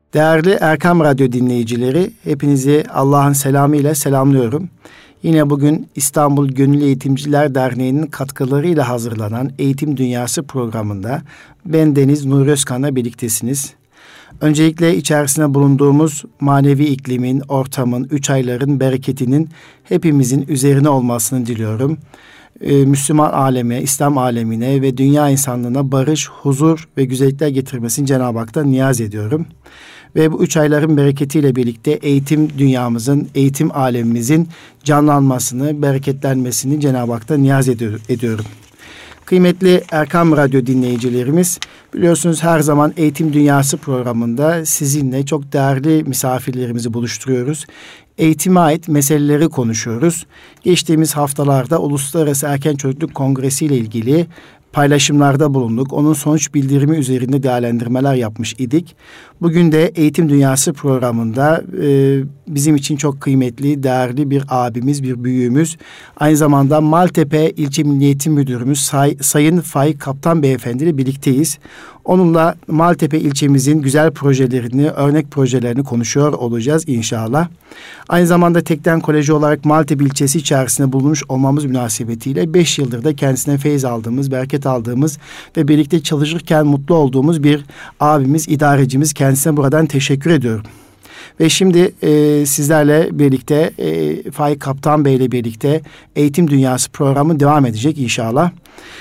Değerli Erkam Radyo dinleyicileri, hepinizi Allah'ın selamıyla selamlıyorum. Yine bugün İstanbul Gönüllü Eğitimciler Derneği'nin katkılarıyla hazırlanan Eğitim Dünyası programında ben Deniz Nuri Özkan'la birliktesiniz. Öncelikle içerisinde bulunduğumuz manevi iklimin, ortamın, 3 ayların bereketinin hepimizin üzerine olmasını diliyorum. Müslüman aleme, İslam alemine ve dünya insanlığına barış, huzur ve güzellikler getirmesini Cenab-ı Hak'tan niyaz ediyorum. Ve bu 3 ayların bereketiyle birlikte eğitim dünyamızın, eğitim alemimizin canlanmasını, bereketlenmesini Cenab-ı Hak'tan niyaz ediyorum. Kıymetli Erkam Radyo dinleyicilerimiz, biliyorsunuz her zaman Eğitim Dünyası programında sizinle çok değerli misafirlerimizi buluşturuyoruz. Eğitime ait meseleleri konuşuyoruz. Geçtiğimiz haftalarda Uluslararası Erken Çocukluk Kongresi ile ilgili paylaşımlarda bulunduk. Onun sonuç bildirimi üzerinde değerlendirmeler yapmış idik. Bugün de Eğitim Dünyası programında bizim için çok kıymetli, değerli bir abimiz, bir büyüğümüz, aynı zamanda Maltepe İlçe Milli Eğitim Müdürümüz Sayın Faik Kaptan Beyefendi ile birlikteyiz. Onunla Maltepe ilçemizin güzel projelerini, örnek projelerini konuşuyor olacağız inşallah. Aynı zamanda Tekden Koleji olarak Maltepe ilçesi içerisinde bulunmuş olmamız münasebetiyle 5 yıldır da kendisine feyz aldığımız, bereket aldığımız ve birlikte çalışırken mutlu olduğumuz bir abimiz, idarecimiz. Kendisine buradan teşekkür ediyorum. Ve şimdi sizlerle birlikte Faik Kaptan Bey ile birlikte Eğitim Dünyası programı devam edecek inşallah.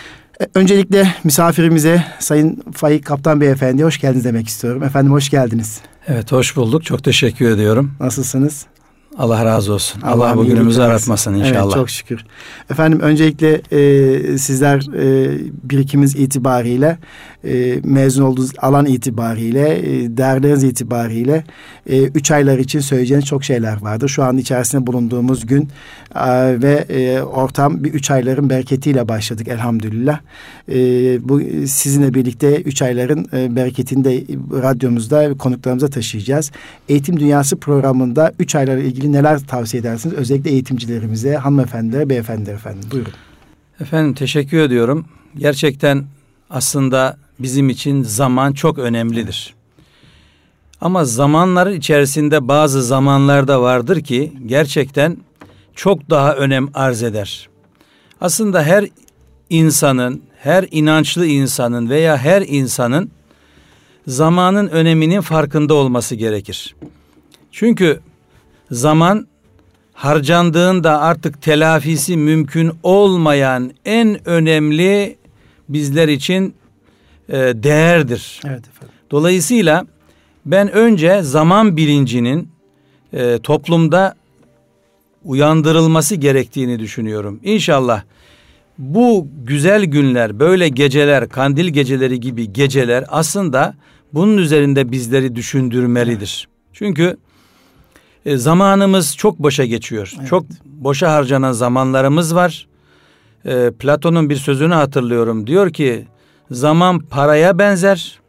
Öncelikle misafirimize Sayın Faik Kaptan Beyefendi hoş geldiniz demek istiyorum. Efendim hoş geldiniz. Evet, hoş bulduk. Çok teşekkür ediyorum. Nasılsınız? Allah razı olsun. Allah bugünümüzü aratmasın inşallah. Evet, çok şükür. Efendim öncelikle sizler birikiminiz itibariyle, mezun olduğunuz alan itibariyle, değerleriniz itibariyle 3 aylar için söyleyeceğiniz çok şeyler vardır. Şu an içerisinde bulunduğumuz gün ve ortam bir 3 ayların bereketiyle başladık elhamdülillah. Bu sizinle birlikte 3 ayların bereketini de radyomuzda konuklarımıza taşıyacağız. Eğitim Dünyası programında 3 aylarla ilgili neler tavsiye edersiniz? Özellikle eğitimcilerimize, hanımefendilere, beyefendilere efendim. Buyurun. Efendim teşekkür ediyorum. Gerçekten aslında bizim için zaman çok önemlidir. Ama zamanların içerisinde bazı zamanlarda vardır ki gerçekten çok daha önem arz eder. Aslında her insanın, her inançlı insanın veya her insanın zamanın öneminin farkında olması gerekir. Çünkü zaman harcandığında artık telafisi mümkün olmayan en önemli bizler için değerdir. Evet efendim. Dolayısıyla ben önce zaman bilincinin toplumda uyandırılması gerektiğini düşünüyorum. İnşallah bu güzel günler, böyle geceler, kandil geceleri gibi geceler aslında bunun üzerinde bizleri düşündürmelidir. Çünkü zamanımız çok boşa geçiyor. Evet. Çok boşa harcanan zamanlarımız var. Platon'un bir sözünü hatırlıyorum. Diyor ki zaman paraya benzer.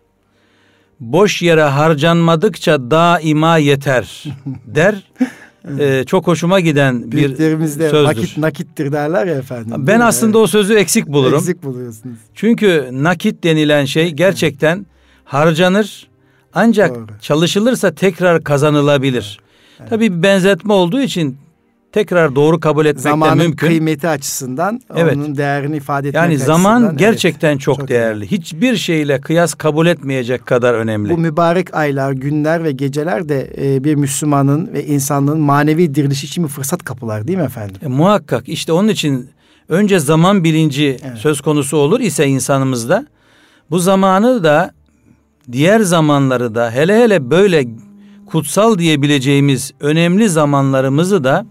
Boş yere harcanmadıkça daima yeter der. Çok hoşuma giden bir sözdür. Nakittir derler ya efendim. Ben aslında o sözü eksik bulurum. Eksik buluyorsunuz. Çünkü nakit denilen şey gerçekten harcanır. Ancak çalışılırsa tekrar kazanılabilir. Evet. Tabii bir benzetme olduğu için tekrar doğru kabul etmek zamanın de mümkün. Zamanın kıymeti açısından, evet, onun değerini ifade etmek yani açısından. Yani zaman gerçekten evet, çok değerli. Önemli. Hiçbir şeyle kıyas kabul etmeyecek kadar önemli. Bu mübarek aylar, günler ve geceler de bir Müslümanın ve insanlığın manevi dirilişi için bir fırsat kapılar değil mi efendim? Muhakkak. İşte onun için önce zaman bilinci söz konusu olur ise insanımızda, bu zamanı da diğer zamanları da hele hele böyle kutsal diyebileceğimiz önemli zamanlarımızı da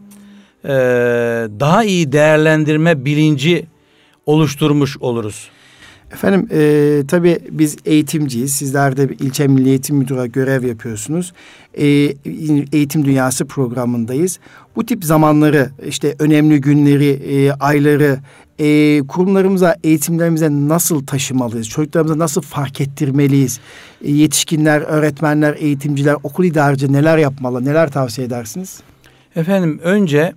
daha iyi değerlendirme bilinci oluşturmuş oluruz. Efendim tabii biz eğitimciyiz. Sizler de ilçe Milli Eğitim Müdürü görev yapıyorsunuz. Eğitim Dünyası programındayız. Bu tip zamanları, işte önemli günleri, ayları kurumlarımıza, eğitimlerimize nasıl taşımalıyız? Çocuklarımıza nasıl fark ettirmeliyiz? Yetişkinler, öğretmenler, eğitimciler, okul idareci neler yapmalı? Neler tavsiye edersiniz? Efendim önce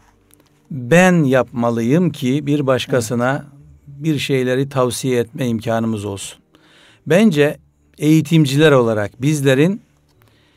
ben yapmalıyım ki bir başkasına bir şeyleri tavsiye etme imkanımız olsun. Bence eğitimciler olarak bizlerin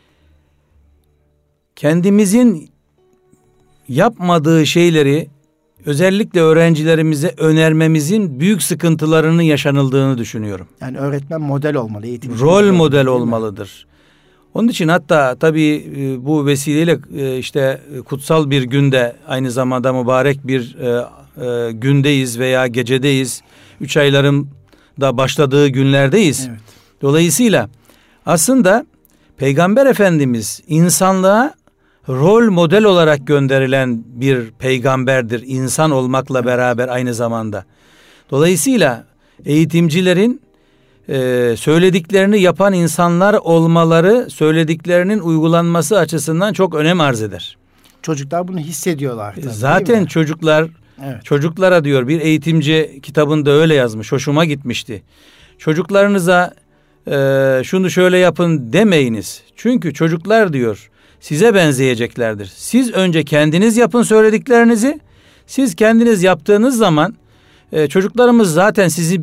kendimizin yapmadığı şeyleri özellikle öğrencilerimize önermemizin büyük sıkıntılarının yaşanıldığını düşünüyorum. Yani öğretmen model olmalı, eğitimci. Rol model olmalıdır. Onun için hatta tabii bu vesileyle işte kutsal bir günde, aynı zamanda mübarek bir gündeyiz veya gecedeyiz. 3 ayların da başladığı günlerdeyiz. Evet. Dolayısıyla aslında Peygamber Efendimiz insanlığa rol model olarak gönderilen bir peygamberdir. İnsan olmakla beraber aynı zamanda. Dolayısıyla eğitimcilerin söylediklerini yapan insanlar olmaları, söylediklerinin uygulanması açısından çok önem arz eder. Çocuklar bunu hissediyorlar. Tabii, zaten çocuklar, çocuklara diyor, bir eğitimci kitabında öyle yazmış, hoşuma gitmişti. Çocuklarınıza şunu şöyle yapın demeyiniz. Çünkü çocuklar diyor size benzeyeceklerdir. Siz önce kendiniz yapın söylediklerinizi. Siz kendiniz yaptığınız zaman çocuklarımız zaten sizi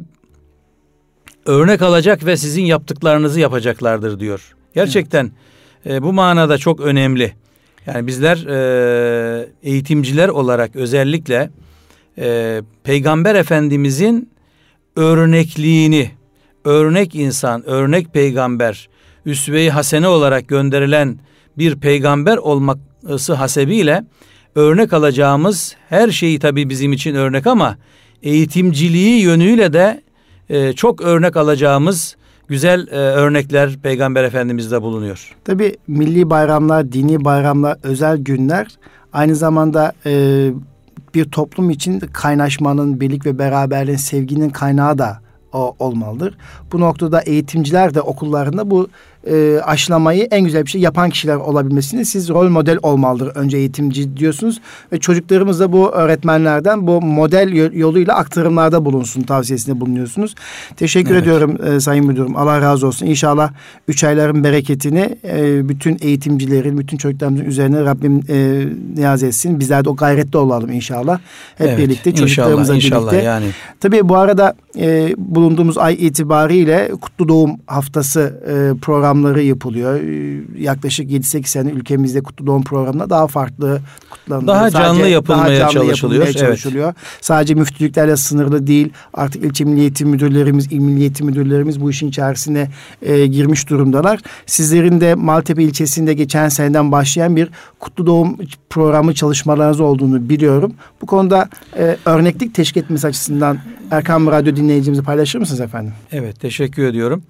örnek alacak ve sizin yaptıklarınızı yapacaklardır diyor. Gerçekten bu manada çok önemli. Yani bizler eğitimciler olarak özellikle Peygamber Efendimizin örnekliğini, örnek insan, örnek peygamber, üsve-i hasene olarak gönderilen bir peygamber olması hasebiyle örnek alacağımız her şeyi tabii bizim için örnek, ama eğitimciliği yönüyle de çok örnek alacağımız güzel örnekler Peygamber Efendimiz'de bulunuyor. Tabii milli bayramlar, dini bayramlar, özel günler aynı zamanda bir toplum için kaynaşmanın, birlik ve beraberliğin, sevginin kaynağı da olmalıdır. Bu noktada eğitimciler de okullarında bu aşılamayı en güzel bir şey yapan kişiler olabilmesini, siz rol model olmalıdır önce eğitimci diyorsunuz ve çocuklarımız da bu öğretmenlerden bu model yoluyla aktarımlarda bulunsun tavsiyesinde bulunuyorsunuz. Teşekkür ediyorum Sayın Müdürüm. Allah razı olsun. İnşallah 3 ayların bereketini bütün eğitimcilerin, bütün çocuklarımızın üzerine Rabbim niyaz etsin. Bizler de o gayretli olalım inşallah. Hep birlikte çocuklarımızla inşallah, birlikte. Yani. Tabii bu arada bulunduğumuz ay itibariyle Kutlu Doğum Haftası programları yapılıyor. Yaklaşık 7-8 sene ülkemizde Kutlu Doğum programına daha farklı kutlanıyor. Daha canlı yapılmaya çalışılıyor. Evet. Sadece müftülüklerle sınırlı değil. Artık ilçe milli eğitim müdürlerimiz, il milli eğitim müdürlerimiz bu işin içerisine girmiş durumdalar. Sizlerin de Maltepe ilçesinde geçen seneden başlayan bir Kutlu Doğum programı çalışmalarınız olduğunu biliyorum. Bu konuda örneklik teşkil etmesi açısından Erkam Radyo dinleyicimizi paylaşır mısınız efendim? Evet, teşekkür ediyorum.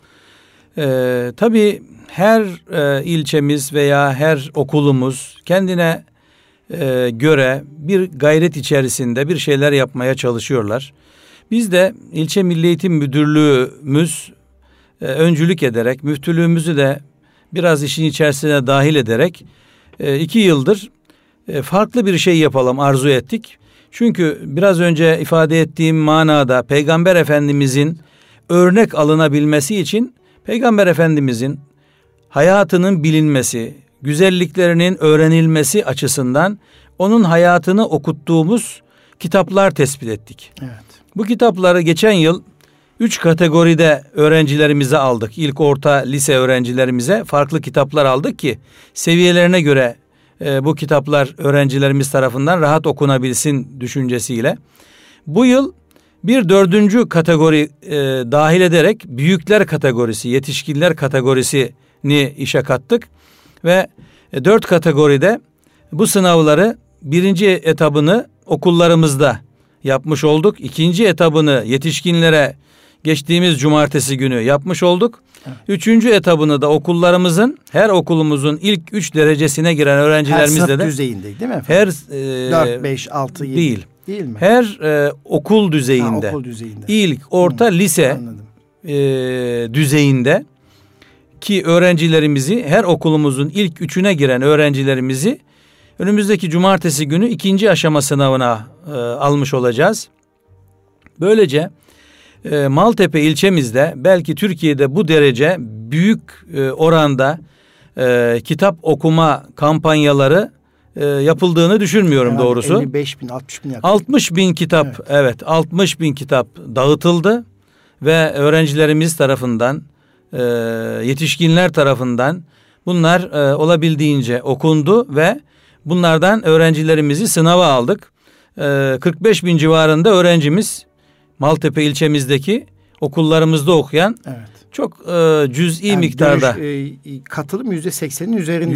Tabii her ilçemiz veya her okulumuz kendine göre bir gayret içerisinde bir şeyler yapmaya çalışıyorlar. Biz de ilçe Milli Eğitim Müdürlüğümüz öncülük ederek, müftülüğümüzü de biraz işin içerisine dahil ederek 2 yıldır farklı bir şey yapalım arzu ettik. Çünkü biraz önce ifade ettiğim manada Peygamber Efendimizin örnek alınabilmesi için Peygamber Efendimizin hayatının bilinmesi, güzelliklerinin öğrenilmesi açısından onun hayatını okuttuğumuz kitaplar tespit ettik. Evet. Bu kitapları geçen yıl 3 kategoride öğrencilerimize aldık. İlk, orta, lise öğrencilerimize farklı kitaplar aldık ki seviyelerine göre bu kitaplar öğrencilerimiz tarafından rahat okunabilsin düşüncesiyle. Bu yıl bir 4. kategori dahil ederek büyükler kategorisi, yetişkinler kategorisini işe kattık. Ve 4 kategoride bu sınavları 1. etabını okullarımızda yapmış olduk. 2. etabını yetişkinlere geçtiğimiz cumartesi günü yapmış olduk. Evet. 3. etabını da okullarımızın, her okulumuzun ilk 3 derecesine giren öğrencilerimizle de. Her sınıf düzeyinde değil mi efendim? Her 4, 5, 6, 7 değil mi? Her okul düzeyinde. Okul düzeyinde. İlk, orta, lise düzeyinde ki öğrencilerimizi, her okulumuzun ilk 3'üne giren öğrencilerimizi önümüzdeki cumartesi günü 2. aşama sınavına almış olacağız. Böylece Maltepe ilçemizde belki Türkiye'de bu derece büyük oranda kitap okuma kampanyaları yapıldığını düşünmüyorum herhalde doğrusu. 55 bin, 60 bin yaklaşık. 60 bin kitap, evet 60 bin kitap dağıtıldı ve öğrencilerimiz tarafından, yetişkinler tarafından Bunlar olabildiğince okundu ve bunlardan öğrencilerimizi sınava aldık. 45 bin civarında öğrencimiz Maltepe ilçemizdeki okullarımızda okuyan, evet, çok cüz'i yani miktarda. Katılım %80'in üzerinde.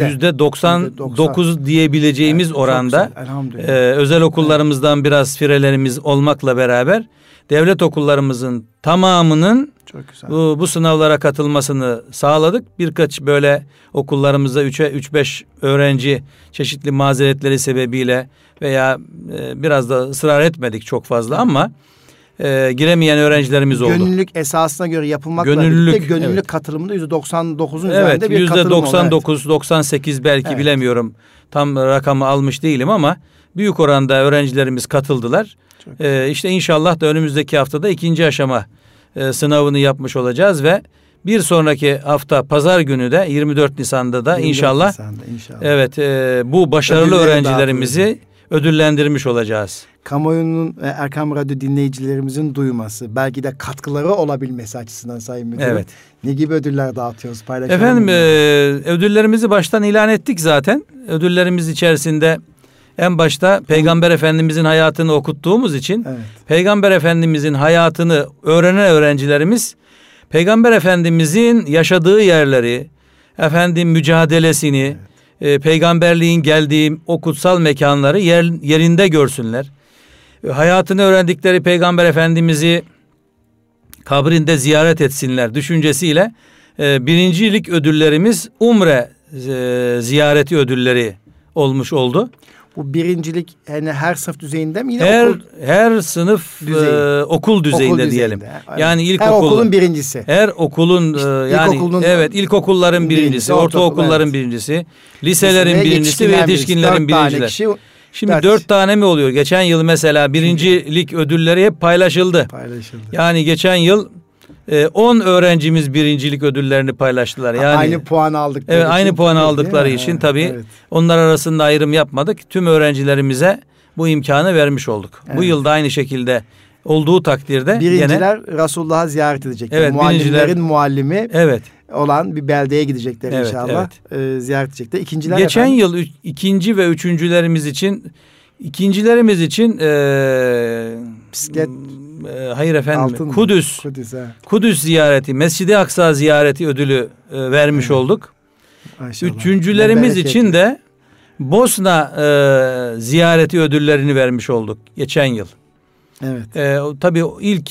%99 diyebileceğimiz, evet, oranda. Özel okullarımızdan, evet, biraz firelerimiz olmakla beraber devlet okullarımızın tamamının bu sınavlara katılmasını sağladık. Birkaç böyle okullarımızda 3-5 öğrenci çeşitli mazeretleri sebebiyle veya biraz da ısrar etmedik çok fazla ama giremeyen öğrencilerimiz oldu. Gönüllülük esasına göre yapılmakla birlikte gönüllülük, evet, katılımında %99'un üzerinde, evet, bir katılım oldu. %99-98 belki, evet, bilemiyorum. Tam rakamı almış değilim ama büyük oranda öğrencilerimiz katıldılar. İşte inşallah da önümüzdeki haftada 2. aşama sınavını yapmış olacağız ve bir sonraki hafta pazar günü de 24 Nisan'da da inşallah, evet, bu başarılı öğrencilerimizi ödüllendirmiş olacağız. Kamuoyunun ve Erkam Radyo dinleyicilerimizin duyması, belki de katkıları olabilmesi açısından Sayın Müdürüm, evet, ne gibi ödüller dağıtıyoruz? Paylaşalım. Efendim, ödüllerimizi baştan ilan ettik zaten. Ödüllerimiz içerisinde en başta Peygamber Efendimizin hayatını okuttuğumuz için, evet, Peygamber Efendimizin hayatını öğrenen öğrencilerimiz Peygamber Efendimizin yaşadığı yerleri, mücadelesini, evet, peygamberliğin geldiği o kutsal mekanları yerinde görsünler. Hayatını öğrendikleri Peygamber Efendimiz'i kabrinde ziyaret etsinler düşüncesiyle birincilik ödüllerimiz Umre ziyareti ödülleri olmuş oldu. Bu birincilik yani her sınıf düzeyinde mi? Her sınıf okul düzeyinde diyelim. Yani ilkokul. Her okulun birincisi. Her okulun yani evet, ilkokulların birincisi, ortaokulların, evet, birincisi, liselerin birincisi ve yetişkinlerin birinciler. Şimdi 4 tane mi oluyor? Geçen yıl mesela birincilik ödülleri hep paylaşıldı. Yani geçen yıl 10 öğrencimiz birincilik ödüllerini paylaştılar. Yani aynı puan aldıkları, evet, aynı puan aldıkları için tabii, evet, onlar arasında ayrım yapmadık. Tüm öğrencilerimize bu imkanı vermiş olduk. Evet. Bu yıl da aynı şekilde olduğu takdirde birinciler Resulullah'ı ziyaret edecekler. Evet, muallimlerin muallimi, evet, olan bir beldeye gidecekler, evet, inşallah. Evet. Ziyaret edecekler. İkinciler geçen yıl ikinci ve üçüncülerimiz için bisiklet, hayır efendim, Kudüs ziyareti, Mescid-i Aksa ziyareti ödülü vermiş, evet, olduk. Maşallah. Üçüncülerimiz için de Bosna ziyareti ödüllerini vermiş olduk geçen yıl. Evet. Tabii ilk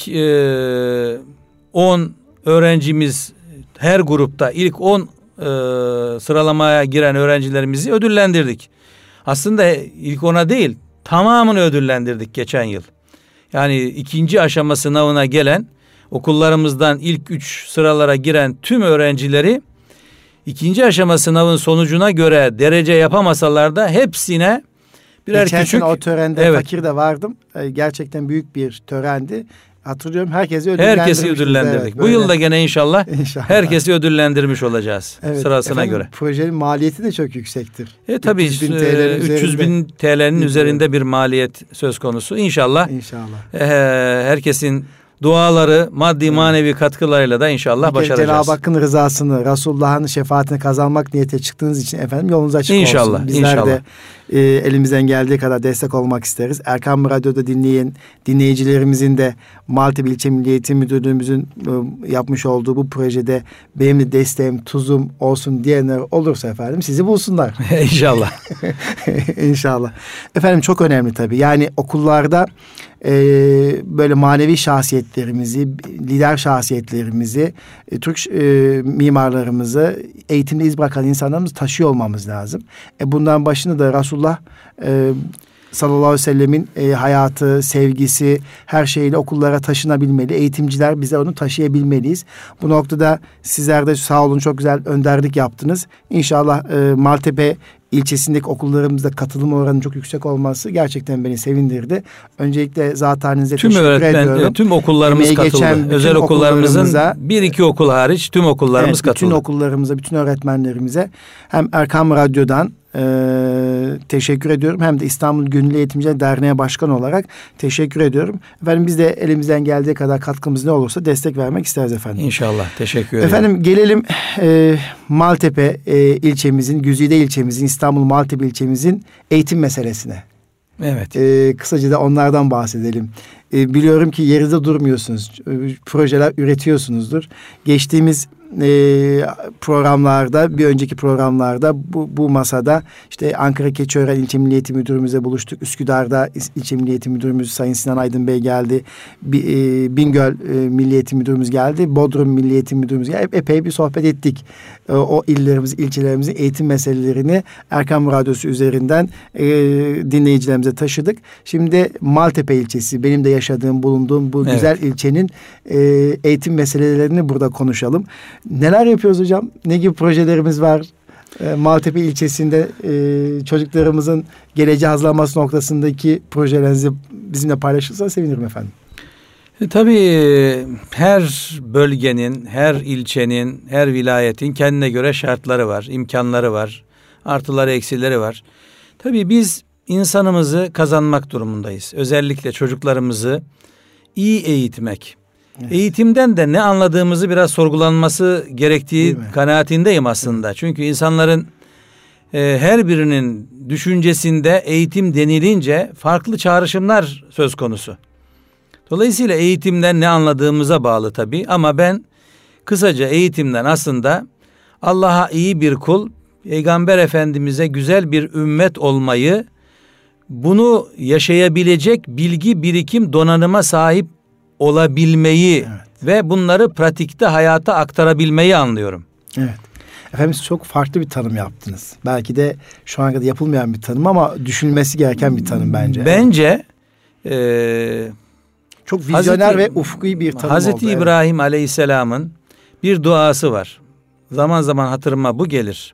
10 öğrencimiz, her grupta ilk 10 sıralamaya giren öğrencilerimizi ödüllendirdik. Aslında ilk 10'a değil, tamamını ödüllendirdik geçen yıl. Yani 2. aşama sınavına gelen, okullarımızdan ilk 3 sıralara giren tüm öğrencileri 2. aşama sınavın sonucuna göre derece yapamasalar da hepsine birer geçen küçük... Geçen o törende, evet, Fakir'de vardım. Gerçekten büyük bir törendi. Hatırlıyorum, herkesi ödüllendirdik. Evet, bu yıl da gene inşallah herkesi ödüllendirmiş olacağız, evet, sırasına efendim, göre. Projenin maliyeti de çok yüksektir. Tabii 300 bin TL'nin üzerinde bir maliyet söz konusu. İnşallah. Herkesin duaları, maddi manevi katkılarıyla da inşallah başaracağız. Cenab-ı Hakk'ın rızasını, Resulullah'ın şefaatini kazanmak niyetiyle çıktığınız için efendim yolunuz açık inşallah, olsun. Bizler de elimizden geldiği kadar destek olmak isteriz. Erkam Radyo'da dinleyen dinleyicilerimizin de Maltepe İlçe Milli Eğitim Müdürlüğümüzün yapmış olduğu bu projede benim de desteğim, tuzum olsun diyenler olursa efendim sizi bulsunlar. İnşallah. İnşallah. Efendim çok önemli tabii. Yani okullarda böyle manevi şahsiyetlerimizi, lider şahsiyetlerimizi, Türk mimarlarımızı, eğitimde iz bırakan insanlarımızı taşıyor olmamız lazım. Bundan başında da Resulullah sallallahu aleyhi ve sellemin hayatı, sevgisi, her şeyle okullara taşınabilmeli. Eğitimciler bize onu taşıyabilmeliyiz. Bu noktada sizler de sağ olun, çok güzel önderlik yaptınız. İnşallah Maltepe ilçesindeki okullarımızda katılım oranının çok yüksek olması gerçekten beni sevindirdi. Öncelikle zat halinize teşekkür ediyorum. Tüm okullarımız katıldı. Özel okullarımızın 1-2 okul hariç tüm okullarımız katıldı. Bütün okullarımıza, bütün öğretmenlerimize hem Erkam Radyo'dan teşekkür ediyorum. Hem de İstanbul Gönüllü Eğitimciler Derneği Başkanı olarak teşekkür ediyorum. Efendim biz de elimizden geldiği kadar katkımız ne olursa destek vermek isteriz efendim. İnşallah. Teşekkür ederim. Efendim gelelim Maltepe ilçemizin, Güzide ilçemizin, İstanbul Maltepe ilçemizin eğitim meselesine. Evet. Kısaca da onlardan bahsedelim. Biliyorum ki yerinizde durmuyorsunuz. Projeler üretiyorsunuzdur. Geçtiğimiz programlarda, bir önceki programlarda bu masada işte Ankara Keçiören İlçe Milli Eğitim Müdürümüzle buluştuk. Üsküdar'da İlçe Milli Eğitim Müdürümüz Sayın Sinan Aydın Bey geldi. Bingöl Milli Eğitim Müdürümüz geldi. Bodrum Milli Eğitim Müdürümüz geldi. Epey bir sohbet ettik. O illerimiz, ilçelerimizin eğitim meselelerini Erkam Radyosu üzerinden dinleyicilerimize taşıdık. Şimdi Maltepe ilçesi, benim de yaşadığım, bulunduğum bu güzel ilçenin eğitim meselelerini burada konuşalım. Neler yapıyoruz hocam? Ne gibi projelerimiz var? Maltepe ilçesinde çocuklarımızın geleceğe hazırlanması noktasındaki projelerinizi bizimle paylaşırsanız sevinirim efendim. Tabii her bölgenin, her ilçenin, her vilayetin kendine göre şartları var, imkanları var, artıları, eksileri var. Tabii biz insanımızı kazanmak durumundayız. Özellikle çocuklarımızı iyi eğitmek. Evet. Eğitimden de ne anladığımızı biraz sorgulanması gerektiği kanaatindeyim aslında. Çünkü insanların her birinin düşüncesinde eğitim denilince farklı çağrışımlar söz konusu. Dolayısıyla eğitimden ne anladığımıza bağlı tabii, ama ben kısaca eğitimden aslında Allah'a iyi bir kul, Peygamber Efendimiz'e güzel bir ümmet olmayı, bunu yaşayabilecek bilgi, birikim, donanıma sahip olabilmeyi ve bunları pratikte hayata aktarabilmeyi anlıyorum. Evet. Efendim siz çok farklı bir tanım yaptınız. Belki de şu ana kadar yapılmayan bir tanım ama düşünülmesi gereken bir tanım bence. Bence çok vizyoner ve ufki bir tanım Hazreti oldu. İbrahim Aleyhisselam'ın bir duası var. Zaman zaman hatırıma bu gelir.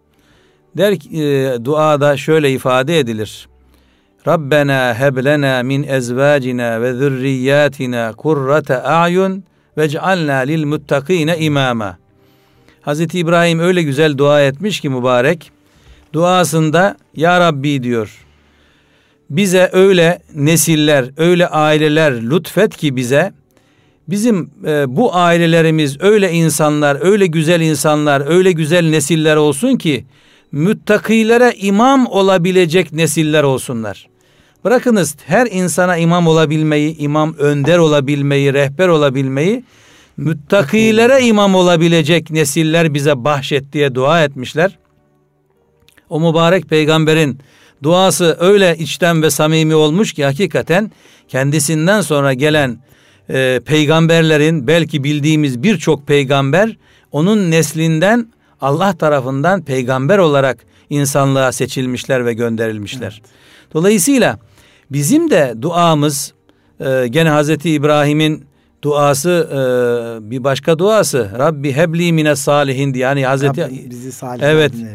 Duada şöyle ifade edilir. Rabbena heb lena min ezvacina ve zürriyatina kurrate a'yun vec'alna lil muttakine imama. Hazreti İbrahim öyle güzel dua etmiş ki mübarek. Duasında ya Rabbi diyor, bize öyle nesiller, öyle aileler lütfet ki bize, bizim bu ailelerimiz öyle insanlar, öyle güzel insanlar, öyle güzel nesiller olsun ki müttakilere imam olabilecek nesiller olsunlar. Bırakınız her insana imam olabilmeyi, imam önder olabilmeyi, rehber olabilmeyi, müttakilere imam olabilecek nesiller bize bahşet diye dua etmişler. O mübarek peygamberin duası öyle içten ve samimi olmuş ki hakikaten kendisinden sonra gelen peygamberlerin, belki bildiğimiz birçok peygamber onun neslinden Allah tarafından peygamber olarak insanlığa seçilmişler ve gönderilmişler. Evet. Dolayısıyla bizim de duamız gene Hazreti İbrahim'in duası, bir başka duası, Rabbi hebli mine salihin diye, yani Hazreti Rabbi bizi salih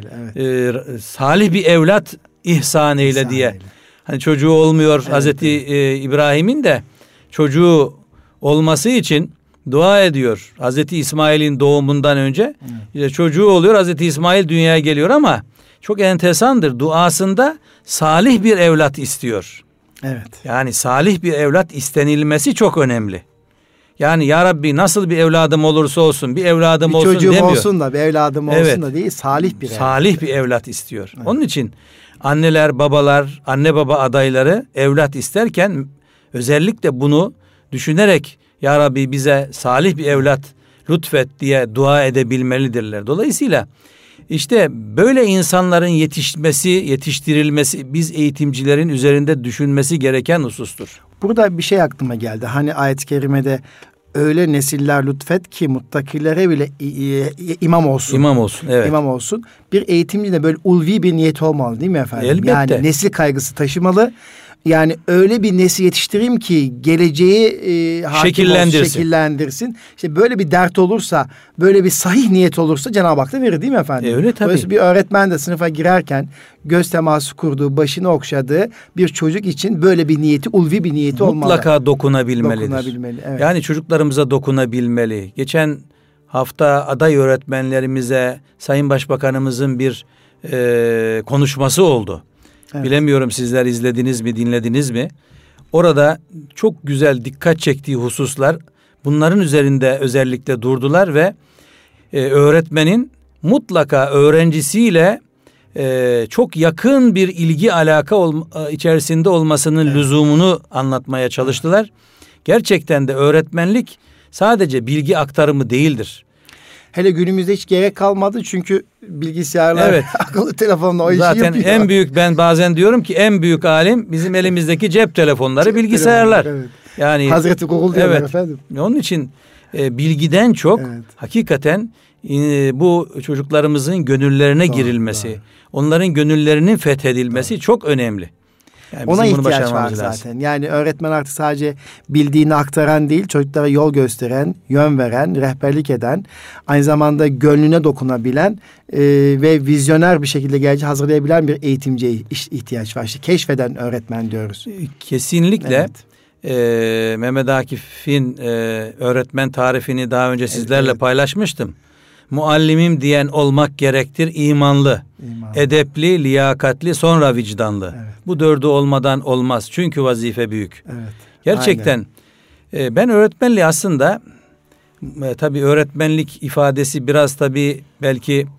salih bir evlat ihsan eyle diye. Hani çocuğu olmuyor, evet, Hazreti İbrahim'in de çocuğu olması için dua ediyor. Hazreti İsmail'in doğumundan önce çocuğu oluyor, Hazreti İsmail dünyaya geliyor, ama çok enteresandır. Duasında salih bir evlat istiyor. Evet. Yani salih bir evlat istenilmesi çok önemli. Yani ya Rabbi nasıl bir evladım olursa olsun, bir evladım olsun demiyor. Bir çocuğum olsun da, bir evladım olsun da değil, salih bir evlat. Salih bir evlat istiyor. Evet. Onun için anneler, babalar, anne baba adayları evlat isterken özellikle bunu düşünerek ya Rabbi bize salih bir evlat lütfet diye dua edebilmelidirler. Dolayısıyla işte böyle insanların yetiştirilmesi biz eğitimcilerin üzerinde düşünmesi gereken husustur. Burada bir şey aklıma geldi. Hani ayet-i kerimede öyle nesiller lütfet ki muttakilere bile imam olsun. İmam olsun, evet. İmam olsun. Bir eğitimci de böyle ulvi bir niyeti olmalı değil mi efendim? Elbette. Yani nesil kaygısı taşımalı. Yani öyle bir nesil yetiştireyim ki geleceği şekillendirsin. İşte böyle bir dert olursa, böyle bir sahih niyet olursa Cenab-ı Hak da verir değil mi efendim? Öyle tabii. Dolayısıyla bir öğretmen de sınıfa girerken göz teması kurduğu, başını okşadığı bir çocuk için böyle bir niyeti, ulvi bir niyeti olmalı. Mutlaka dokunabilmelidir. Evet. Yani çocuklarımıza dokunabilmeli. Geçen hafta aday öğretmenlerimize Sayın Başbakanımızın bir konuşması oldu. Evet. Bilemiyorum sizler izlediniz mi, dinlediniz mi? Orada çok güzel dikkat çektiği hususlar, bunların üzerinde özellikle durdular ve öğretmenin mutlaka öğrencisiyle çok yakın bir ilgi alaka içerisinde olmasının lüzumunu anlatmaya çalıştılar. Gerçekten de öğretmenlik sadece bilgi aktarımı değildir. Hele günümüzde hiç gerek kalmadı çünkü bilgisayarlar, akıllı telefonla o işi zaten yapıyor. En büyük, ben bazen diyorum ki en büyük alim bizim elimizdeki cep telefonları, bilgisayarlar. Evet. Yani Hazreti Google diyorlar efendim. Onun için bilgiden çok hakikaten bu çocuklarımızın gönüllerine girilmesi, onların gönüllerinin fethedilmesi çok önemli. Yani ona ihtiyaç var zaten. Yani öğretmen artık sadece bildiğini aktaran değil, çocuklara yol gösteren, yön veren, rehberlik eden, aynı zamanda gönlüne dokunabilen ve vizyoner bir şekilde geleceği hazırlayabilen bir eğitimciye ihtiyaç var. İşte keşfeden öğretmen diyoruz. Kesinlikle. Mehmet Akif'in öğretmen tarifini daha önce sizlerle paylaşmıştım. Muallimim diyen olmak gerektir, imanlı, edepli, liyakatli, sonra vicdanlı. Evet. Bu dördü olmadan olmaz. Çünkü vazife büyük. Evet. Gerçekten ben öğretmenliği aslında tabii öğretmenlik ifadesi biraz tabii belki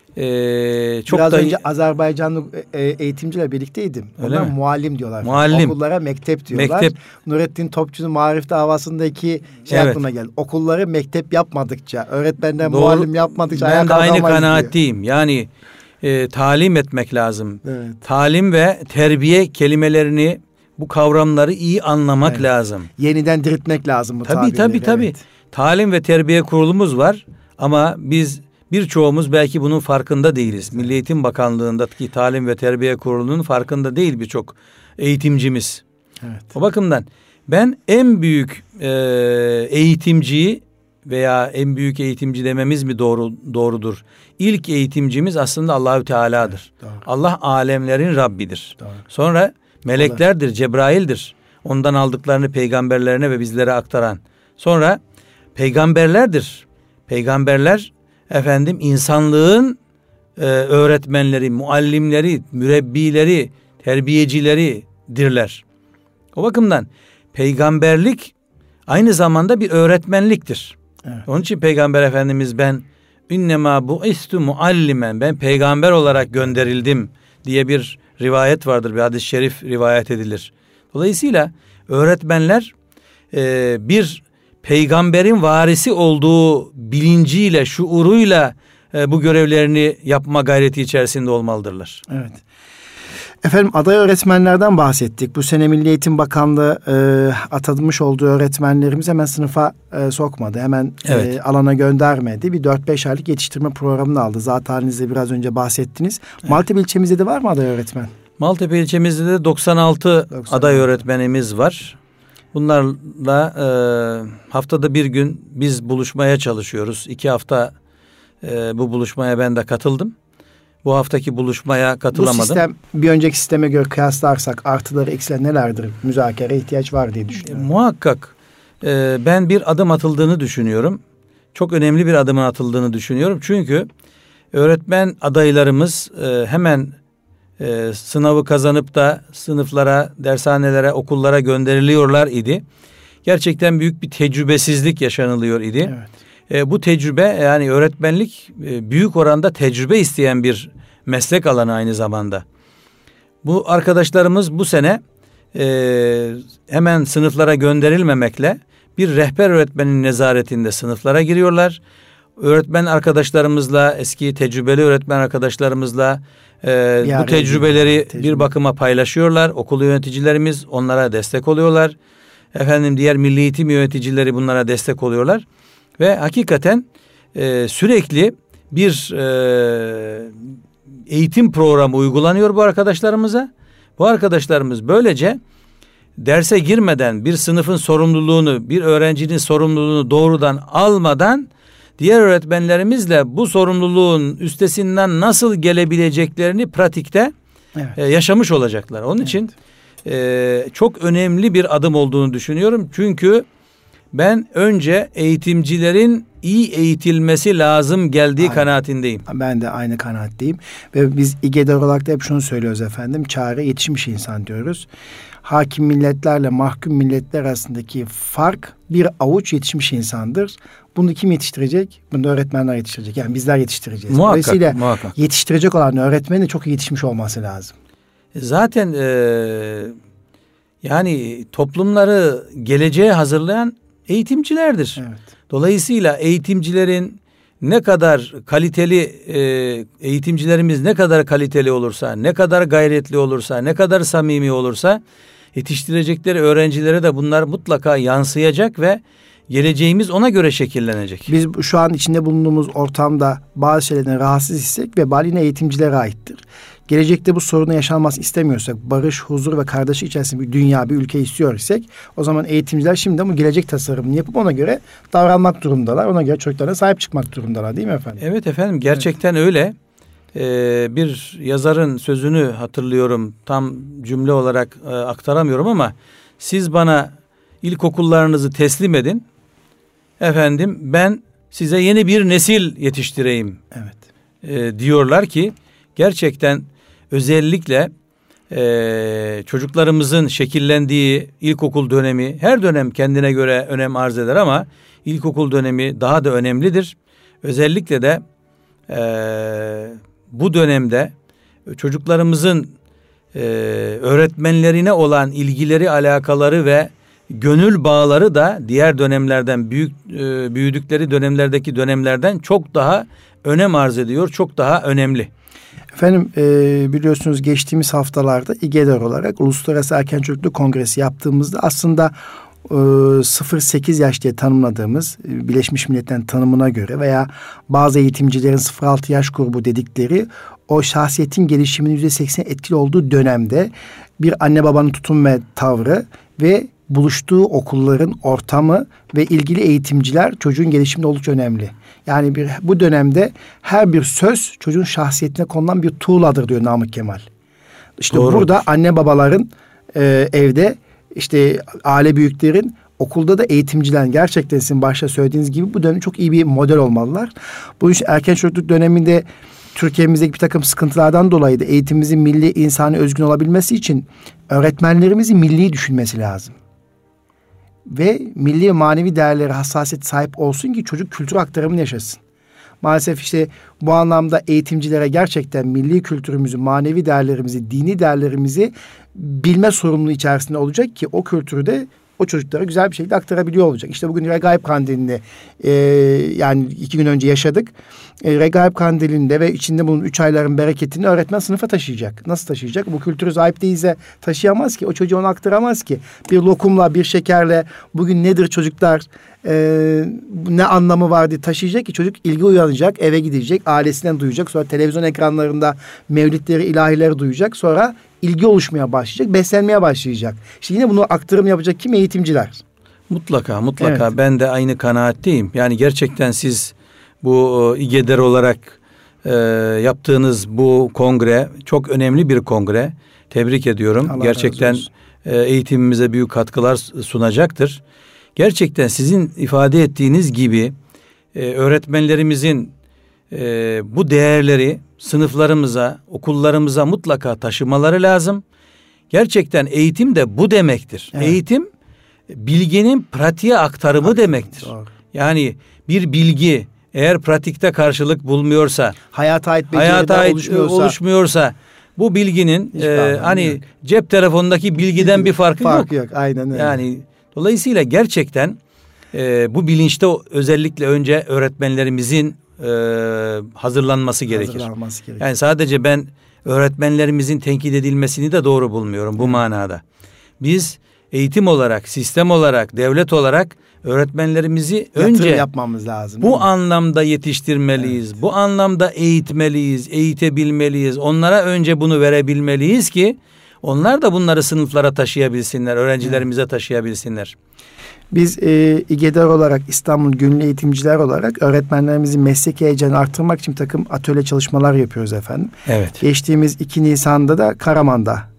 çok biraz da... önce Azerbaycanlı eğitimciyle birlikteydim. Onlar muallim diyorlar. Muallim. Okullara mektep diyorlar. Mektep. Nurettin Topçu'nun Marif davasındaki aklıma geldi. Okulları mektep yapmadıkça, öğretmenler muallim yapmadıkça ben de aynı diyor. kanaatteyim. Yani talim etmek lazım. Evet. Talim ve terbiye kelimelerini, bu kavramları iyi anlamak lazım. Yeniden diriltmek lazım bu tabirleri. Tabii. Evet. Talim ve terbiye kurulumuz var ama birçoğumuz belki bunun farkında değiliz. Milli Eğitim Bakanlığı'ndaki Talim ve Terbiye Kurulu'nun farkında değil birçok eğitimcimiz. Evet. O bakımdan ben en büyük eğitimciyi veya en büyük eğitimci dememiz mi doğrudur? İlk eğitimcimiz aslında Allahü Teala'dır. Evet, Allah alemlerin Rabbidir. Doğru. Sonra meleklerdir, Cebrail'dir. Ondan aldıklarını peygamberlerine ve bizlere aktaran. Sonra peygamberlerdir. Peygamberler insanlığın öğretmenleri, muallimleri, mürebbileri, terbiyecileridirler. O bakımdan peygamberlik aynı zamanda bir öğretmenliktir. Evet. Onun için Peygamber Efendimiz ben innema bu'istu muallimen, ben peygamber olarak gönderildim diye bir rivayet vardır. Bir hadis-i şerif rivayet edilir. Dolayısıyla öğretmenler bir peygamberin varisi olduğu bilinciyle, şuuruyla bu görevlerini yapma gayreti içerisinde olmalıdırlar. Evet. Efendim aday öğretmenlerden bahsettik. Bu sene Milli Eğitim Bakanlığı atamış olduğu öğretmenlerimizi hemen sınıfa sokmadı. Hemen alana göndermedi. Bir 4-5 aylık yetiştirme programını aldı. Zaten halinizde biraz önce bahsettiniz. Evet. Maltepe ilçemizde de var mı aday öğretmen? Maltepe ilçemizde de 96 aday öğretmenimiz var. Bunlarla haftada bir gün biz buluşmaya çalışıyoruz. 2 hafta bu buluşmaya ben de katıldım. Bu haftaki buluşmaya katılamadım. Bu sistem bir önceki sisteme göre kıyaslarsak artıları eksileri nelerdir? Müzakere ihtiyaç var diye düşünüyorum. Muhakkak ben bir adım atıldığını düşünüyorum. Çok önemli bir adımın atıldığını düşünüyorum. Çünkü öğretmen adaylarımız hemen sınavı kazanıp da sınıflara, dershanelere, okullara gönderiliyorlar idi. Gerçekten büyük bir tecrübesizlik yaşanılıyor idi. Evet. Bu tecrübe, yani öğretmenlik büyük oranda tecrübe isteyen bir meslek alanı aynı zamanda. Bu arkadaşlarımız bu sene hemen sınıflara gönderilmemekle bir rehber öğretmenin nezaretinde sınıflara giriyorlar. Öğretmen arkadaşlarımızla, eski tecrübeli öğretmen arkadaşlarımızla bu tecrübeleri bir bakıma paylaşıyorlar. Okul yöneticilerimiz onlara destek oluyorlar. Diğer milli eğitim yöneticileri bunlara destek oluyorlar. Ve hakikaten sürekli bir eğitim programı uygulanıyor bu arkadaşlarımıza. Bu arkadaşlarımız böylece derse girmeden bir sınıfın sorumluluğunu, bir öğrencinin sorumluluğunu doğrudan almadan diğer öğretmenlerimizle bu sorumluluğun üstesinden nasıl gelebileceklerini pratikte yaşamış olacaklar. Onun için çok önemli bir adım olduğunu düşünüyorum. Çünkü ben önce eğitimcilerin iyi eğitilmesi lazım geldiği kanaatindeyim. Ben de aynı kanaatteyim. Ve biz İGEDER olarak da hep şunu söylüyoruz efendim. Çare yetişmiş insan diyoruz. Hakim milletlerle mahkum milletler arasındaki fark bir avuç yetişmiş insandır. Bunu kim yetiştirecek? Bunu da öğretmenler yetiştirecek. Yani bizler yetiştireceğiz. Dolayısıyla yetiştirecek olan öğretmenin de çok yetişmiş olması lazım. Zaten yani toplumları geleceğe hazırlayan eğitimcilerdir. Evet. Dolayısıyla eğitimcilerin ne kadar kaliteli, eğitimcilerimiz ne kadar kaliteli olursa, ne kadar gayretli olursa, ne kadar samimi olursa yetiştirecekleri öğrencilere de bunlar mutlaka yansıyacak ve geleceğimiz ona göre şekillenecek. Biz şu an içinde bulunduğumuz ortamda bazı şeylerden rahatsız hissek vebal yine eğitimcilere aittir. Gelecekte bu sorunu yaşanmasını istemiyorsak, barış, huzur ve kardeşlik içerisinde bir dünya, bir ülke istiyor isek, o zaman eğitimciler şimdiden bu gelecek tasarımını yapıp ona göre davranmak durumundalar. Ona göre çocuklarına sahip çıkmak durumundalar, değil mi efendim? Evet efendim, gerçekten öyle. Bir yazarın sözünü hatırlıyorum. Tam cümle olarak aktaramıyorum ama siz bana ilkokullarınızı teslim edin. Efendim ben size yeni bir nesil yetiştireyim. Evet. Diyorlar ki gerçekten özellikle çocuklarımızın şekillendiği ilkokul dönemi, her dönem kendine göre önem arz eder ama ilkokul dönemi daha da önemlidir. Özellikle de bu dönemde çocuklarımızın öğretmenlerine olan ilgileri, alakaları ve gönül bağları da diğer dönemlerden, büyüdükleri dönemlerdeki dönemlerden çok daha önem arz ediyor, çok daha önemli. Efendim biliyorsunuz geçtiğimiz haftalarda İGEDER olarak Uluslararası Erken Çocukluk Kongresi yaptığımızda aslında 0-8 yaş diye tanımladığımız Birleşmiş Milletler'in tanımına göre veya bazı eğitimcilerin 0-6 yaş grubu dedikleri o şahsiyetin gelişiminin %80 etkili olduğu dönemde bir anne babanın tutum ve tavrı ve buluştuğu okulların ortamı ve ilgili eğitimciler çocuğun gelişiminde oldukça önemli. Yani bu dönemde her bir söz çocuğun şahsiyetine konulan bir tuğladır diyor Namık Kemal. İşte doğru. Burada anne babaların evde, işte aile büyüklerin, okulda da eğitimcilerin gerçekten sizin başta söylediğiniz gibi bu dönem çok iyi bir model olmalılar. Bu erken çocukluk döneminde Türkiye'mizdeki bir takım sıkıntılardan dolayı da eğitimimizin milli, insani, özgün olabilmesi için öğretmenlerimizin milli düşünmesi lazım. Ve milli ve manevi değerlere hassasiyet sahip olsun ki çocuk kültür aktarımını yaşasın. Maalesef işte bu anlamda eğitimcilere gerçekten milli kültürümüzü, manevi değerlerimizi, dini değerlerimizi bilme sorumluluğu içerisinde olacak ki o kültürü de o çocuklara güzel bir şekilde aktarabiliyor olacak. İşte bugün Regaib Kandili'nde yani 2 gün önce yaşadık. Regaib Kandili'nde ve içinde bunun 3 ayların bereketini öğretmen sınıfa taşıyacak. Nasıl taşıyacak? Bu kültürü sahip değilse taşıyamaz ki. O çocuğu ona aktaramaz ki. Bir lokumla, bir şekerle bugün nedir çocuklar, ne anlamı var diye taşıyacak ki çocuk ilgi uyanacak, eve gidecek, ailesinden duyacak. Sonra televizyon ekranlarında mevlidleri, ilahileri duyacak. Sonra ilgi oluşmaya başlayacak, beslenmeye başlayacak. İşte yine bunu aktarım yapacak kim? Eğitimciler. Mutlaka, mutlaka. Evet. Evet. Ben de aynı kanaatteyim. Yani gerçekten siz bu İGEDER olarak yaptığınız bu kongre çok önemli bir kongre. Tebrik ediyorum. Allah gerçekten eğitimimize büyük katkılar sunacaktır. Gerçekten sizin ifade ettiğiniz gibi öğretmenlerimizin bu değerleri sınıflarımıza, okullarımıza mutlaka taşımaları lazım. Gerçekten eğitim de bu demektir. Evet. Eğitim bilginin pratiğe aktarımı demektir. Doğru. Yani bir bilgi eğer pratikte karşılık bulmuyorsa, hayata ait oluşmuyorsa bu bilginin hani cep telefonundaki bilgiden bir farkı yok. Aynen öyle. Yani dolayısıyla gerçekten bu bilinçte özellikle önce öğretmenlerimizin hazırlanması gerekir. Yani sadece ben öğretmenlerimizin tenkit edilmesini de doğru bulmuyorum bu manada. Biz eğitim olarak, sistem olarak, devlet olarak öğretmenlerimizi önce yapmamız lazım. Bu anlamda yetiştirmeliyiz. Evet. Bu anlamda eğitmeliyiz, eğitebilmeliyiz. Onlara önce bunu verebilmeliyiz ki onlar da bunları sınıflara taşıyabilsinler, öğrencilerimize taşıyabilsinler. Biz İGEDER olarak, İstanbul Gönüllü Eğitimciler olarak öğretmenlerimizin mesleki heyecanı artırmak için bir takım atölye çalışmalar yapıyoruz efendim. Evet. Geçtiğimiz 2 Nisan'da da Karaman'da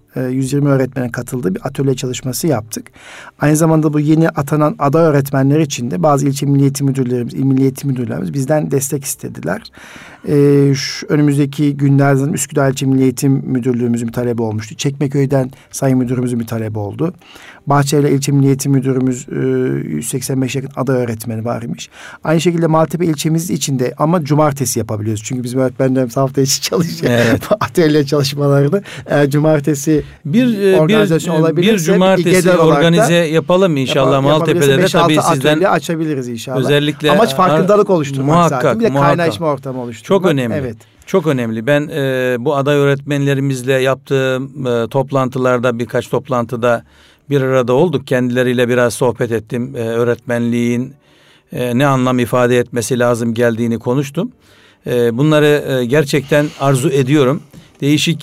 120 öğretmenin katıldığı bir atölye çalışması yaptık. Aynı zamanda bu yeni atanan aday öğretmenler için de bazı ilçe milli eğitim müdürlerimiz, il milli eğitim müdürlerimiz bizden destek istediler. Şu önümüzdeki günlerden Üsküdar İlçe Milli Eğitim Müdürlüğümüzün bir talebi olmuştu. Çekmeköy'den Sayın Müdürümüzün bir talebi oldu. Bahçeli İlçe Milli Eğitim Müdürümüz 185 yakın aday öğretmeni var imiş. Aynı şekilde Maltepe ilçemiz içinde ama cumartesi yapabiliyoruz. Çünkü bizim öğretmenlerimiz hafta içi çalışıyor. Evet. Atölye çalışmalarını cumartesi organizasyon olabilirse bir cumartesi organize yapalım inşallah Maltepe'de de tabii sizden açabiliriz inşallah. Özellikle amaç farkındalık oluşturmak zaten. Bir de muhakkak. kaynaşma ortamı oluşturmak. Çok önemli. Evet. Çok önemli. Ben bu aday öğretmenlerimizle yaptığım toplantılarda, birkaç toplantıda bir arada olduk. Kendileriyle biraz sohbet ettim. Öğretmenliğin ne anlam ifade etmesi lazım geldiğini konuştum. Bunları gerçekten arzu ediyorum. Değişik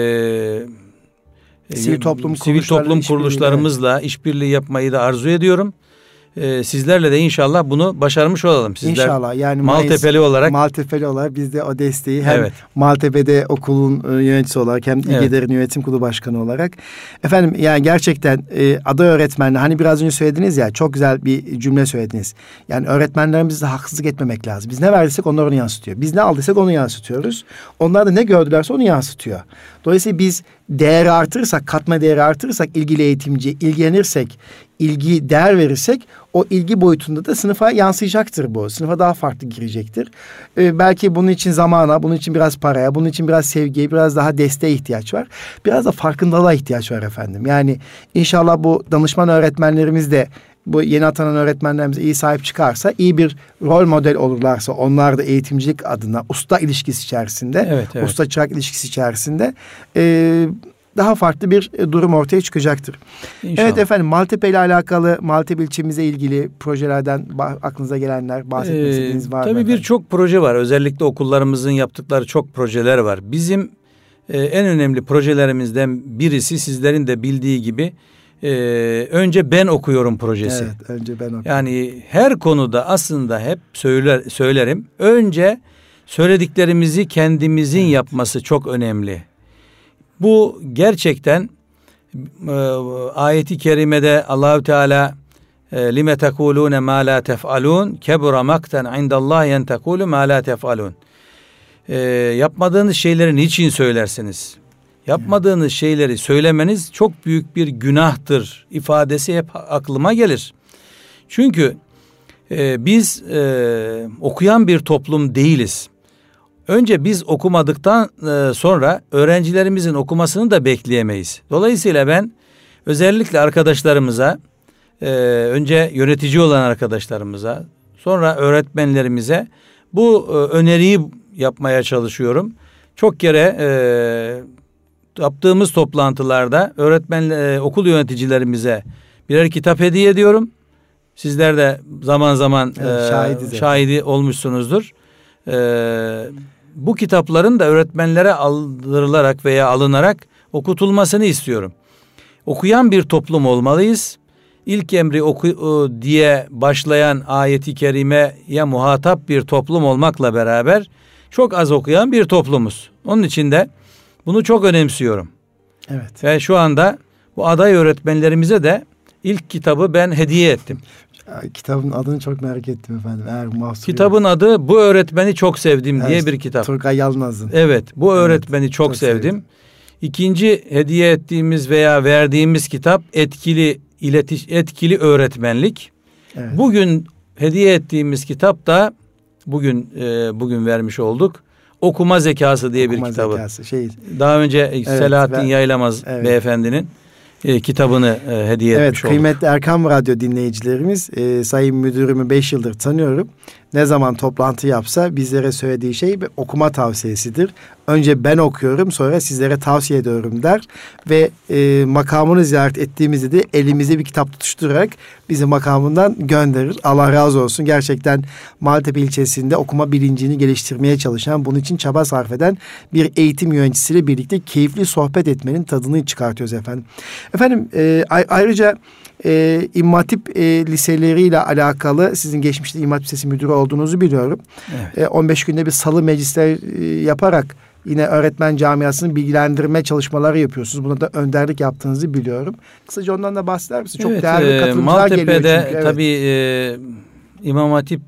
sivil toplum kuruluşlarımızla işbirliği yapmayı da arzu ediyorum. Sizlerle de inşallah bunu başarmış olalım. Sizler İnşallah yani Maltepeli olarak biz de o desteği hem Maltepe'de okulun yöneticisi olarak hem İGEDER'in yönetim kurulu başkanı olarak. Efendim yani gerçekten aday öğretmenler hani biraz önce söylediniz ya çok güzel bir cümle söylediniz. Yani öğretmenlerimize haksızlık etmemek lazım. Biz ne verdiysek onlar onu yansıtıyor. Biz ne aldıysak onu yansıtıyoruz. Onlar da ne gördülerse onu yansıtıyor. Dolayısıyla biz değeri artırırsak, katma değeri artırırsak ilgili eğitimci, ilgilenirsek, ilgi değer verirsek o ilgi boyutunda da sınıfa yansıyacaktır bu. Sınıfa daha farklı girecektir. Belki bunun için zamana, bunun için biraz paraya, bunun için biraz sevgiye, biraz daha desteğe ihtiyaç var. Biraz da farkındalığa ihtiyaç var efendim. Yani inşallah bu danışman öğretmenlerimiz de bu yeni atanan öğretmenlerimize iyi sahip çıkarsa, iyi bir rol model olurlarsa onlar da eğitimcilik adına usta ilişkisi içerisinde, usta çırak ilişkisi içerisinde daha farklı bir durum ortaya çıkacaktır. İnşallah. Evet efendim Maltepe ile alakalı Maltepe ilçemize ilgili projelerden aklınıza gelenler bahsetmek istediğiniz var mı? Tabii birçok proje var. Özellikle okullarımızın yaptıkları çok projeler var. Bizim en önemli projelerimizden birisi sizlerin de bildiği gibi önce ben okuyorum projesi. Evet, önce ben okuyorum. Yani her konuda aslında hep söylerim. Önce söylediklerimizi kendimizin yapması çok önemli. Bu gerçekten ayeti kerimede Allahü Teala lime tekulune ma la tef'alun kebura makten indallahi en tekulu ma la tef'alun. Yapmadığınız şeyleri niçin söylersiniz? Yapmadığınız şeyleri söylemeniz çok büyük bir günahtır ifadesi hep aklıma gelir. Çünkü biz okuyan bir toplum değiliz. Önce biz okumadıktan sonra öğrencilerimizin okumasını da bekleyemeyiz. Dolayısıyla ben özellikle arkadaşlarımıza, önce yönetici olan arkadaşlarımıza, sonra öğretmenlerimize bu öneriyi yapmaya çalışıyorum. Çok kere yaptığımız toplantılarda okul yöneticilerimize birer kitap hediye ediyorum. Sizler de zaman zaman şahidi olmuşsunuzdur. Bu kitapların da öğretmenlere aldırılarak veya alınarak okutulmasını istiyorum. Okuyan bir toplum olmalıyız. İlk emri oku diye başlayan ayeti kerimeye muhatap bir toplum olmakla beraber çok az okuyan bir toplumuz. Onun için de bunu çok önemsiyorum. Evet. Ve şu anda bu aday öğretmenlerimize de ilk kitabı ben hediye ettim. Kitabın adını çok merak ettim efendim. Kitabın adı Bu Öğretmeni Çok Sevdim diye bir kitap. Turgay Yalmaz'ın. Evet, bu öğretmeni çok sevdim. İkinci hediye ettiğimiz veya verdiğimiz kitap etkili öğretmenlik. Evet. Bugün hediye ettiğimiz kitap da bugün vermiş olduk. Okuma Zekası diye bir kitabı. Daha önce Selahattin Yaylamaz beyefendinin kitabını hediye etmiş olduk. Kıymetli Erkam Radyo dinleyicilerimiz, Sayın Müdürümü 5 yıldır tanıyorum. Ne zaman toplantı yapsa bizlere söylediği şey bir okuma tavsiyesidir. Önce ben okuyorum, sonra sizlere tavsiye ediyorum der. Ve makamını ziyaret ettiğimizde de elimize bir kitap tutuşturarak bizi makamından gönderir. Allah razı olsun. Gerçekten Maltepe ilçesinde okuma bilincini geliştirmeye çalışan, bunun için çaba sarf eden bir eğitim yöneticisiyle birlikte keyifli sohbet etmenin tadını çıkartıyoruz efendim. Efendim ayrıca İmam Hatip liseleriyle alakalı sizin geçmişte İmam Hatip Lisesi müdürü olduğunuzu biliyorum. Evet. 15 günde bir salı meclisler yaparak Yine öğretmen camiasını bilgilendirme çalışmaları yapıyorsunuz. Buna da önderlik yaptığınızı biliyorum. Kısaca ondan da bahseder misiniz? Çok değerli katılımcılar geliyor çünkü. Maltepe'de tabii İmam Hatip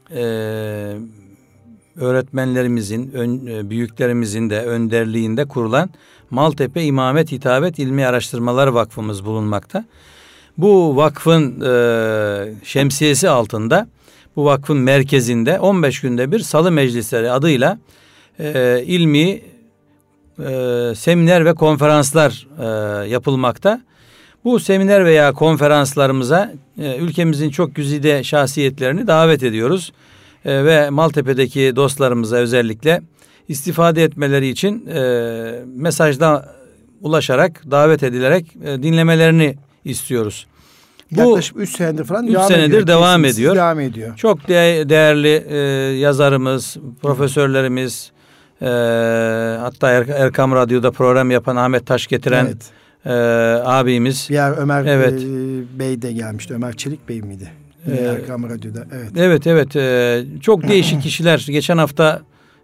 öğretmenlerimizin, büyüklerimizin de önderliğinde kurulan Maltepe İmamet Hitabet İlmi Araştırmalar Vakfımız bulunmakta. Bu vakfın şemsiyesi altında, bu vakfın merkezinde 15 günde bir salı meclisleri adıyla ilmi seminer ve konferanslar yapılmakta. Bu seminer veya konferanslarımıza ülkemizin çok güzide şahsiyetlerini davet ediyoruz. Ve Maltepe'deki dostlarımıza özellikle istifade etmeleri için mesajda ulaşarak, davet edilerek dinlemelerini istiyoruz. Yaklaşık 3 senedir falan 3 senedir devam ediyor. Çok değerli yazarımız, profesörlerimiz, hatta Erkam Radyo'da program yapan Ahmet Taş getiren abimiz. Bir Ömer Bey de gelmişti. Ömer Çelik Bey miydi? Erkam Radyo'da. Evet. Çok değişik kişiler. Geçen hafta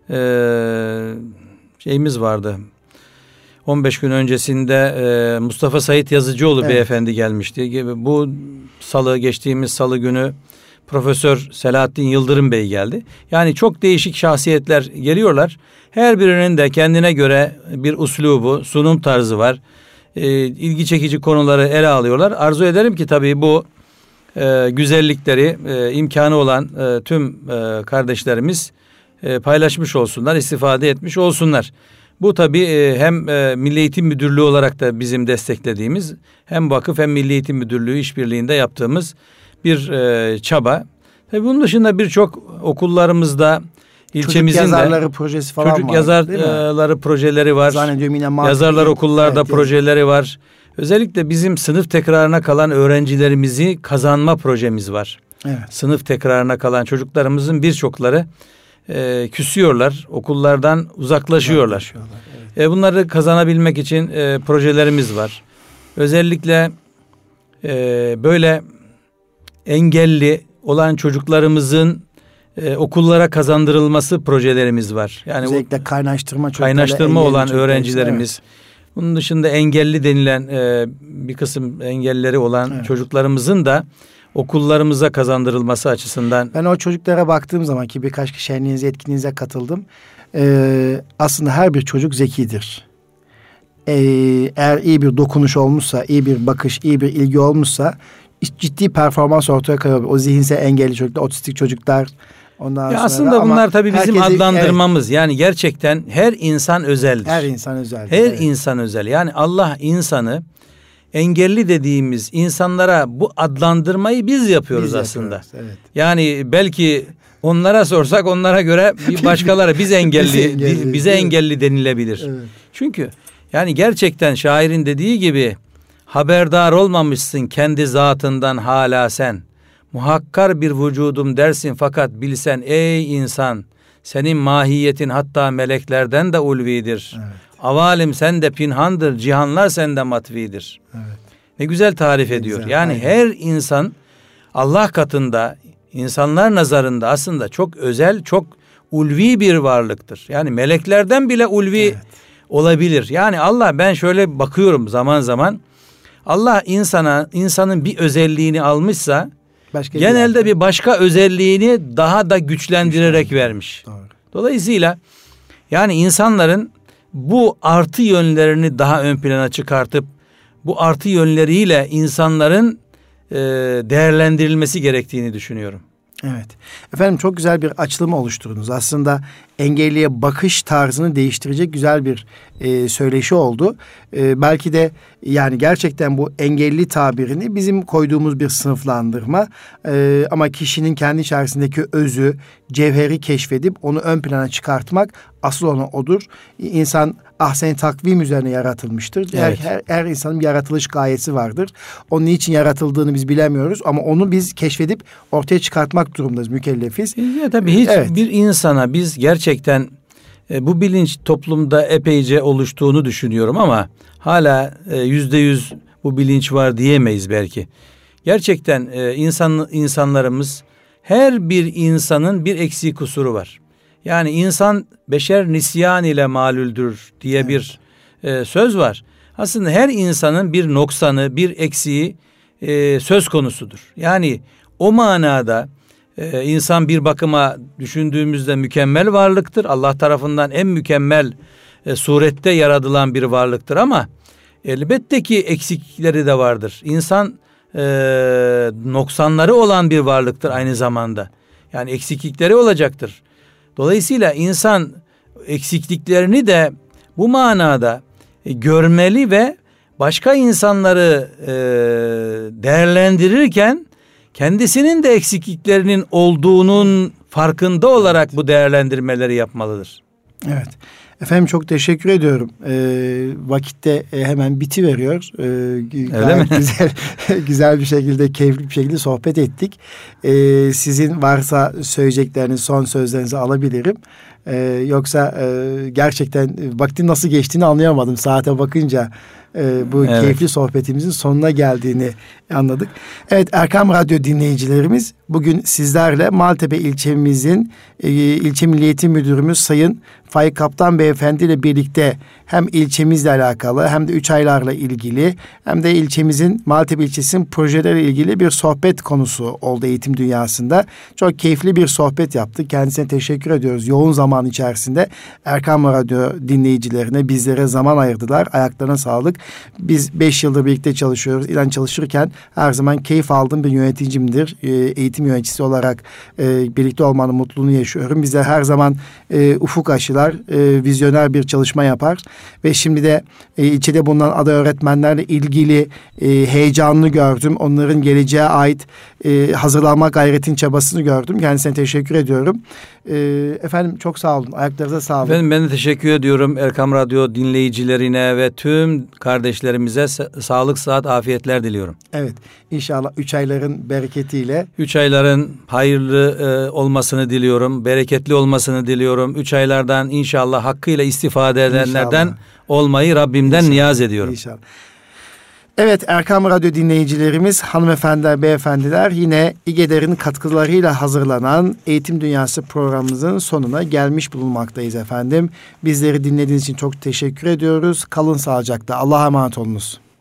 şeyimiz vardı. 15 gün öncesinde Mustafa Sait Yazıcıoğlu beyefendi gelmişti. Bu geçtiğimiz salı günü Profesör Selahattin Yıldırım Bey geldi. Yani çok değişik şahsiyetler geliyorlar. Her birinin de kendine göre bir uslubu, sunum tarzı var. İlgi çekici konuları ele alıyorlar. Arzu ederim ki tabii bu güzellikleri imkanı olan tüm kardeşlerimiz paylaşmış olsunlar, istifade etmiş olsunlar. Bu tabii hem Milli Eğitim Müdürlüğü olarak da bizim desteklediğimiz, hem vakıf hem Milli Eğitim Müdürlüğü işbirliğinde yaptığımız bir çaba. Tabii bunun dışında birçok okullarımızda, ilçemizin çocuk yazarları projesi falan çocuk yazarları projeleri var. Zannediyorum yine yazarlar okullarda projeleri var. Özellikle bizim sınıf tekrarına kalan öğrencilerimizi kazanma projemiz var. Evet. Sınıf tekrarına kalan çocuklarımızın birçokları küsüyorlar, okullardan uzaklaşıyorlar. Evet. Bunları kazanabilmek için projelerimiz var. Özellikle böyle engelli olan çocuklarımızın okullara kazandırılması projelerimiz var. Yani özellikle kaynaştırma olan öğrencilerimiz. Evet. Bunun dışında engelli denilen bir kısım engelleri olan çocuklarımızın da okullarımıza kazandırılması açısından. Ben o çocuklara baktığım zaman ki birkaç şenliğinize, etkinliğinize katıldım. Aslında her bir çocuk zekidir. Eğer iyi bir dokunuş olmuşsa, iyi bir bakış, iyi bir ilgi olmuşsa ciddi performans ortaya koyuyor. O zihinsel engelli çocuklar, otistik çocuklar. Aslında bunlar tabii bizim adlandırmamız. Yani gerçekten her insan özeldir. Her insan özel. Her insan özel. Yani Allah insanı engelli dediğimiz insanlara bu adlandırmayı biz yapıyoruz aslında. Evet. Yani belki onlara sorsak onlara göre bir başkaları bize engelli denilebilir. Evet. Çünkü yani gerçekten şairin dediği gibi haberdar olmamışsın kendi zatından hala sen. Muhakkar bir vücudum dersin fakat bilsen ey insan senin mahiyetin hatta meleklerden de ulvidir. Evet. Avalim sende pinhandır, cihanlar sende matvidir. Evet. Ne güzel tarif ediyor. Güzel, yani aynen. her insan Allah katında, insanlar nazarında aslında çok özel, çok ulvi bir varlıktır. Yani meleklerden bile ulvi olabilir. Yani Allah, ben şöyle bakıyorum zaman zaman, Allah insanın bir özelliğini almışsa genelde bir başka özelliğini daha da güçlendirerek vermiş. Doğru. Dolayısıyla yani insanların bu artı yönlerini daha ön plana çıkartıp bu artı yönleriyle insanların değerlendirilmesi gerektiğini düşünüyorum. Evet. Efendim çok güzel bir açılım oluşturdunuz. Aslında engelliye bakış tarzını değiştirecek güzel bir söyleşi oldu. Belki de yani gerçekten bu engelli tabirini bizim koyduğumuz bir sınıflandırma. Ama kişinin kendi içerisindeki özü, cevheri keşfedip onu ön plana çıkartmak asıl olan odur. İnsan ahsen-i takvim üzerine yaratılmıştır. Evet. Her insanın bir yaratılış gayesi vardır. Onun niçin yaratıldığını biz bilemiyoruz ama onu biz keşfedip ortaya çıkartmak durumundayız, mükellefiz. Ya tabii bir insana biz gerçekten bu bilinç toplumda epeyce oluştuğunu düşünüyorum ama hala %100 bu bilinç var diyemeyiz belki. Gerçekten insanlarımız, her bir insanın bir eksiği kusuru var. Yani insan beşer nisyan ile malüldür diye bir söz var. Aslında her insanın bir noksanı, bir eksiği söz konusudur. Yani o manada insan bir bakıma düşündüğümüzde mükemmel varlıktır. Allah tarafından en mükemmel surette yaratılan bir varlıktır ama elbette ki eksikleri de vardır. İnsan noksanları olan bir varlıktır aynı zamanda. Yani eksiklikleri olacaktır. Dolayısıyla insan eksikliklerini de bu manada görmeli ve başka insanları değerlendirirken kendisinin de eksikliklerinin olduğunun farkında olarak bu değerlendirmeleri yapmalıdır. Evet. Efendim çok teşekkür ediyorum. Vakitte hemen bitiveriyor. Öyle mi? Güzel bir şekilde, keyifli bir şekilde sohbet ettik. Sizin varsa söyleyecekleriniz, son sözlerinizi alabilirim. Yoksa gerçekten vaktin nasıl geçtiğini anlayamadım. Saate bakınca bu keyifli sohbetimizin sonuna geldiğini anladık. Evet, Erkam Radyo dinleyicilerimiz, bugün sizlerle Maltepe ilçemizin ilçe Milli Eğitim Müdürümüz Sayın Faik Kaptan Beyefendi ile birlikte hem ilçemizle alakalı hem de 3 aylarla ilgili hem de ilçemizin, Maltepe ilçesinin projeleriyle ilgili bir sohbet konusu oldu eğitim dünyasında. Çok keyifli bir sohbet yaptık. Kendisine teşekkür ediyoruz. Yoğun zaman içerisinde Erkam Radyo dinleyicilerine, bizlere zaman ayırdılar. Ayaklarına sağlık. Biz 5 yıldır birlikte çalışıyoruz. İlan çalışırken her zaman keyif aldığım bir yöneticimdir. Eğitim yöneticisi olarak birlikte olmanın mutluluğunu yaşıyorum. Bize her zaman ufuk aşılar, vizyoner bir çalışma yapar. Ve şimdi de ilçede bulunan aday öğretmenlerle ilgili heyecanını gördüm. Onların geleceğe ait hazırlanma gayretin, çabasını gördüm. Kendisine teşekkür ediyorum. Efendim çok sağ olun. Ayaklarınıza sağlık. Efendim ben de teşekkür ediyorum Erkam Radyo dinleyicilerine ve tüm kardeşlerimize sağlık, sıhhat, afiyetler diliyorum. Evet. İnşallah 3 ayların bereketiyle. 3 ayların hayırlı olmasını diliyorum. Bereketli olmasını diliyorum. 3 aylardan inşallah hakkıyla istifade edenlerden olmayı Rabbimden niyaz ediyorum. İnşallah. Evet, Erkam Radyo dinleyicilerimiz, hanımefendiler, beyefendiler, yine İGEDER'in katkılarıyla hazırlanan Eğitim Dünyası programımızın sonuna gelmiş bulunmaktayız efendim. Bizleri dinlediğiniz için çok teşekkür ediyoruz. Kalın sağlıcakla. Allah'a emanet olunuz.